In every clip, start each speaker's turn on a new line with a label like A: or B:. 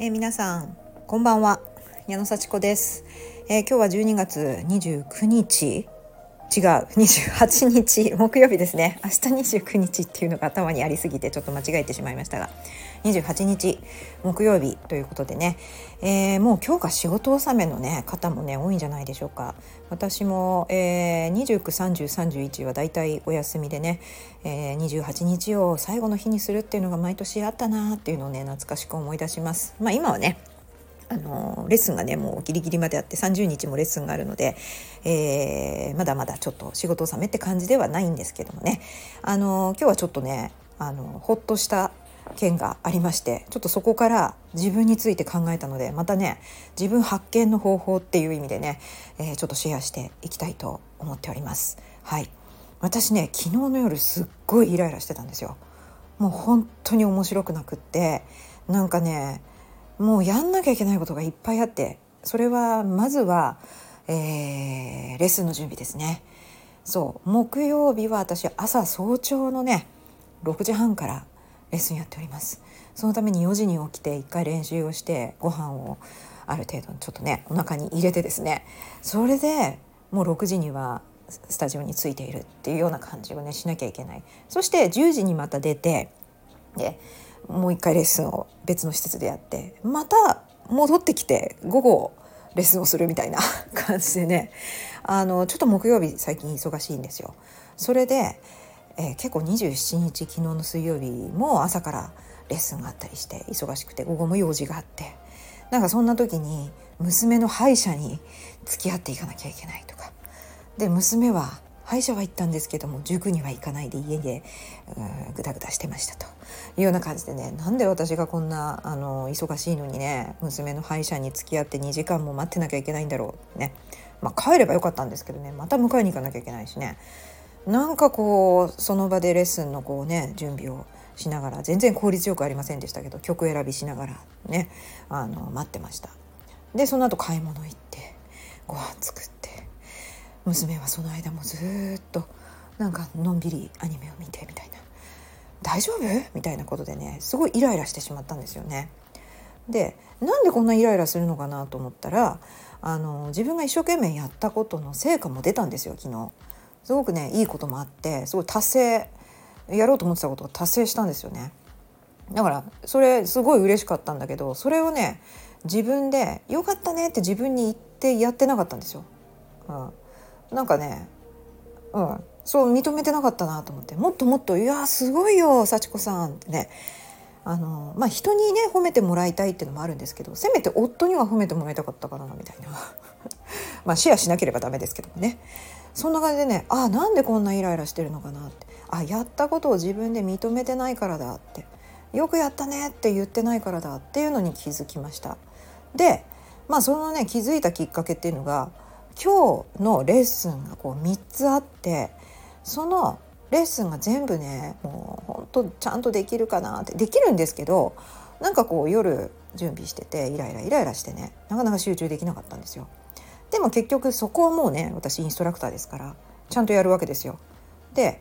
A: 皆さんこんばんは、矢野幸子です。今日は12月29日違う28日木曜日ですね。明日29日っていうのが頭にありすぎてちょっと間違えてしまいましたが、28日木曜日ということでね、もう今日が仕事納めの、方も多いんじゃないでしょうか。私も、29、30、31はだいたいお休みでね、28日を最後の日にするっていうのが毎年あったなっていうのを懐かしく思い出します。今はねレッスンがもうギリギリまであって30日もレッスンがあるので、まだまだちょっと仕事納めって感じではないんですけどもね、今日はちょっとほっとした件がありまして、ちょっとそこから自分について考えたので、また自分発見の方法っていう意味でちょっとシェアしていきたいと思っております。はい、私昨日の夜すっごいイライラしてたんですよ。もう本当に面白くなくって、もうやんなきゃいけないことがいっぱいあって、それはまずは、レッスンの準備ですね。そう木曜日は私朝早朝の6時半からレッスンやっております。そのために4時に起きて1回練習をして、ご飯をある程度ちょっとお腹に入れてですね、それでもう6時にはスタジオに着いているっていうような感じをしなきゃいけない。そして10時にまた出て、でもう一回レッスンを別の施設でやって、また戻ってきて午後レッスンをするみたいな感じでちょっと木曜日最近忙しいんですよ。それで、結構27日昨日の水曜日も朝からレッスンがあったりして忙しくて、午後も用事があって、そんな時に娘の歯医者に付き合っていかなきゃいけないとかで、娘は歯医者は行ったんですけども塾には行かないで家でぐだぐだしてましたというような感じでなんで私がこんな忙しいのに娘の歯医者に付き合って2時間も待ってなきゃいけないんだろう帰ればよかったんですけどまた迎えに行かなきゃいけないしその場でレッスンの準備をしながら、全然効率よくありませんでしたけど、曲選びしながら待ってました。でその後買い物行ってご飯作って、娘はその間もずっとのんびりアニメを見てみたいな、大丈夫みたいなことですごいイライラしてしまったんですよね。でなんでこんなイライラするのかなと思ったら、自分が一生懸命やったことの成果も出たんですよ。昨日すごくいいこともあって、すごい達成、やろうと思ってたことが達成したんですよね。だからそれすごい嬉しかったんだけど、それを自分でよかったねって自分に言ってやってなかったんですよ。そう認めてなかったなと思って、もっともっといやすごいよ幸子さんって人に褒めてもらいたいっていうのもあるんですけど、せめて夫には褒めてもらいたかったからなみたいなシェアしなければダメですけどもそんな感じでなんでこんなイライラしてるのかなって、やったことを自分で認めてないからだって、よくやったねって言ってないからだっていうのに気づきました。でその気づいたきっかけっていうのが、今日のレッスンが3つあって、そのレッスンが全部もう本当ちゃんとできるかなって、できるんですけど夜準備しててイライラしてなかなか集中できなかったんですよ。でも結局そこはもう私インストラクターですからちゃんとやるわけですよ。で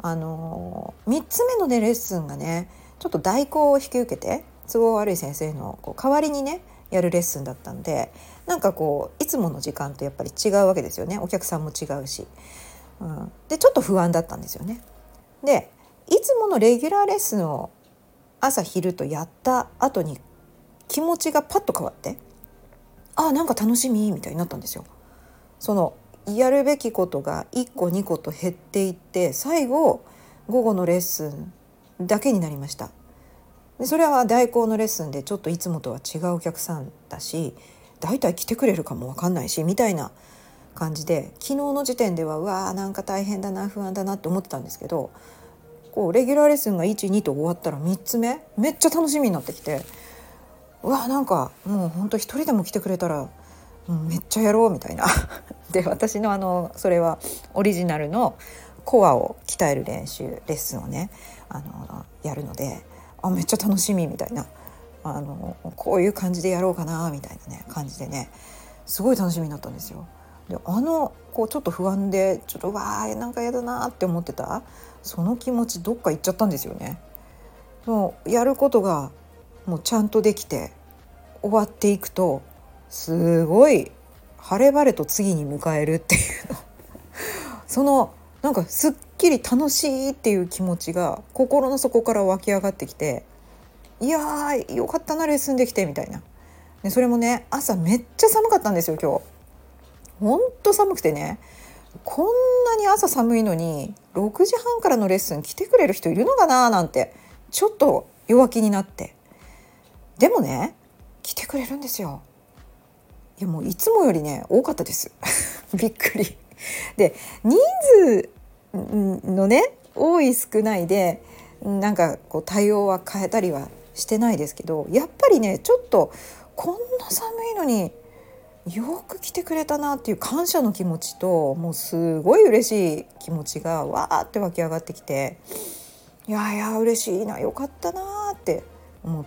A: 3つ目のレッスンがちょっと代行を引き受けて、都合悪い先生の代わりにやるレッスンだったんで、いつもの時間とやっぱり違うわけですよね。お客さんも違うし、でちょっと不安だったんですよね。でいつものレギュラーレッスンを朝昼とやった後に気持ちがパッと変わって、楽しみみたいになったんですよ。そのやるべきことが1個2個と減っていって、最後午後のレッスンだけになりました。でそれは代行のレッスンでちょっといつもとは違うお客さんだし、だいたい来てくれるかも分かんないしみたいな感じで、昨日の時点では大変だな不安だなって思ってたんですけど、レギュラーレッスンが1、2と終わったら3つ目めっちゃ楽しみになってきて、もう本当一人でも来てくれたらめっちゃやろうみたいなで私のそれはオリジナルのコアを鍛えるレッスンをやるので、めっちゃ楽しみみたいな、こういう感じでやろうかなみたいな感じですごい楽しみになったんですよ。でちょっと不安でちょっとやだなって思ってたその気持ちどっか行っちゃったんですよね。もうやることがもうちゃんとできて終わっていくとすごい晴れ晴れと次に迎えるっていうのそのなんかすっきり楽しいっていう気持ちが心の底から湧き上がってきて、いやーよかったなレッスンできてみたいな。でそれもね朝めっちゃ寒かったんですよ今日。ほんと寒くてね、こんなに朝寒いのに6時半からのレッスン来てくれる人いるのかななんてちょっと弱気になって、でもね来てくれるんですよ。いやもういつもよりね多かったですびっくりで、人数のね多い少ないでなんかこう対応は変えたりはしてないですけど、やっぱりねちょっとこんな寒いのによく来てくれたなっていう感謝の気持ちと、もうすごい嬉しい気持ちがわーって湧き上がってきて、いやいや嬉しいな、よかったなって思って、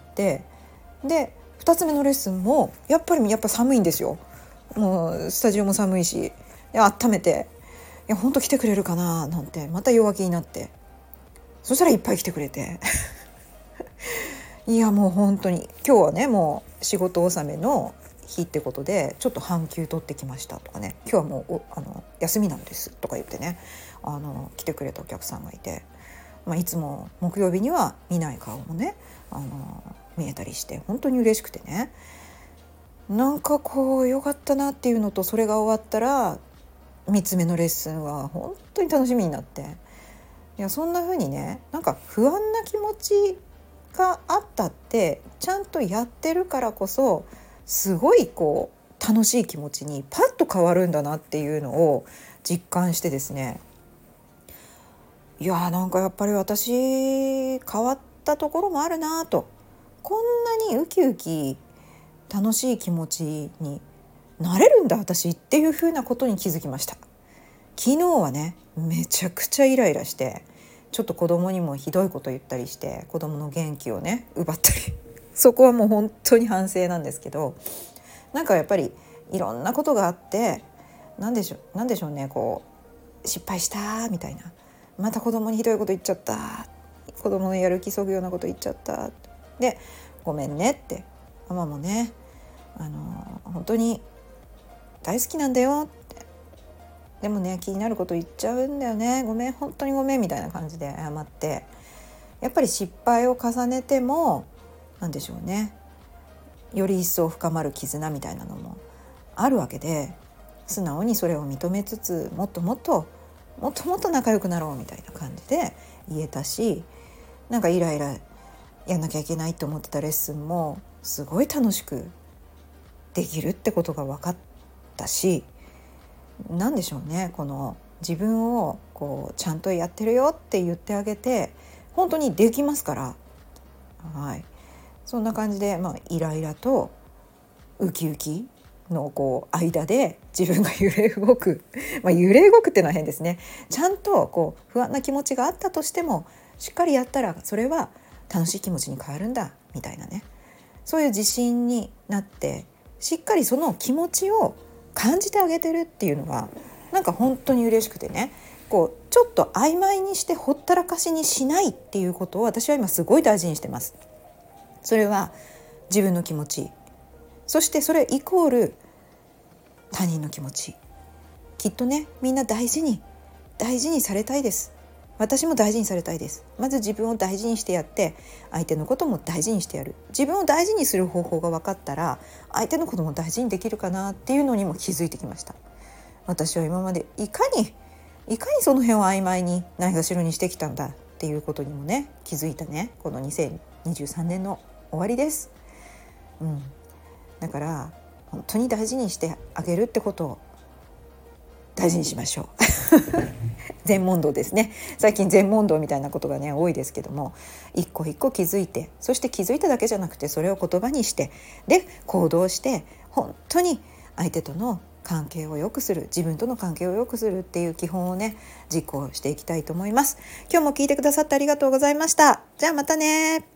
A: で2つ目のレッスンもやっぱ寒いんですよ。もうスタジオも寒いし、温めて、いや本当来てくれるかななんてまた弱気になって、そしたらいっぱい来てくれていやもう本当に今日はねもう仕事納めの日ってことでちょっと半休取ってきましたとかね、今日はもう休みなんですとか言ってね来てくれたお客さんがいて、いつも木曜日には見ない顔もね見えたりして本当に嬉しくてね、なんかこう良かったなっていうのと、それが終わったら3つ目のレッスンは本当に楽しみになって、いやそんな風にねなんか不安な気持ちがあったってちゃんとやってるからこそすごいこう楽しい気持ちにパッと変わるんだなっていうのを実感してですね、いやなんかやっぱり私変わったところもあるなと、こんなにウキウキ楽しい気持ちになれるんだ私っていう風なことに気づきました。昨日はねめちゃくちゃイライラして、ちょっと子供にもひどいこと言ったりして子供の元気をね奪ったりそこはもう本当に反省なんですけど、なんかやっぱりいろんなことがあって、なんでしょうね、こう失敗したみたいな、また子供にひどいこと言っちゃった、子供のやる気そぐようなこと言っちゃったでごめんねって、ママもね本当に大好きなんだよって、でもね気になること言っちゃうんだよね、ごめん本当にごめんみたいな感じで謝って、やっぱり失敗を重ねてもなんでしょうね、より一層深まる絆みたいなのもあるわけで、素直にそれを認めつつもっともっと仲良くなろうみたいな感じで言えたし、なんかイライラやんなきゃいけないと思ってたレッスンもすごい楽しくできるってことが分かったし、なんでしょうね、この自分をこうちゃんとやってるよって言ってあげて本当にできますから、はい、そんな感じで、イライラとウキウキのこう間で自分が揺れ動く揺れ動くっていうのは変ですね。ちゃんとこう不安な気持ちがあったとしてもしっかりやったらそれは楽しい気持ちに変わるんだみたいなね、そういう自信になってしっかりその気持ちを感じてあげてるっていうのがなんか本当に嬉しくてね、こうちょっと曖昧にしてほったらかしにしないっていうことを私は今すごい大事にしてます。それは自分の気持ち、そしてそれイコール他人の気持ち、きっとねみんな大事にされたいです。私も大事にされたいです。まず自分を大事にしてやって相手のことも大事にしてやる。自分を大事にする方法が分かったら相手のことも大事にできるかなっていうのにも気づいてきました。私は今までいかにその辺を曖昧にないがしろにしてきたんだっていうことにもね気づいたね、この2023年の終わりです。だから本当に大事にしてあげるってことを大事にしましょう全問答ですね。最近全問答みたいなことがね多いですけども、一個一個気づいて、そして気づいただけじゃなくてそれを言葉にしてで行動して本当に相手との関係を良くする、自分との関係を良くするっていう基本をね実行していきたいと思います。今日も聞いてくださってありがとうございました。じゃあまたね。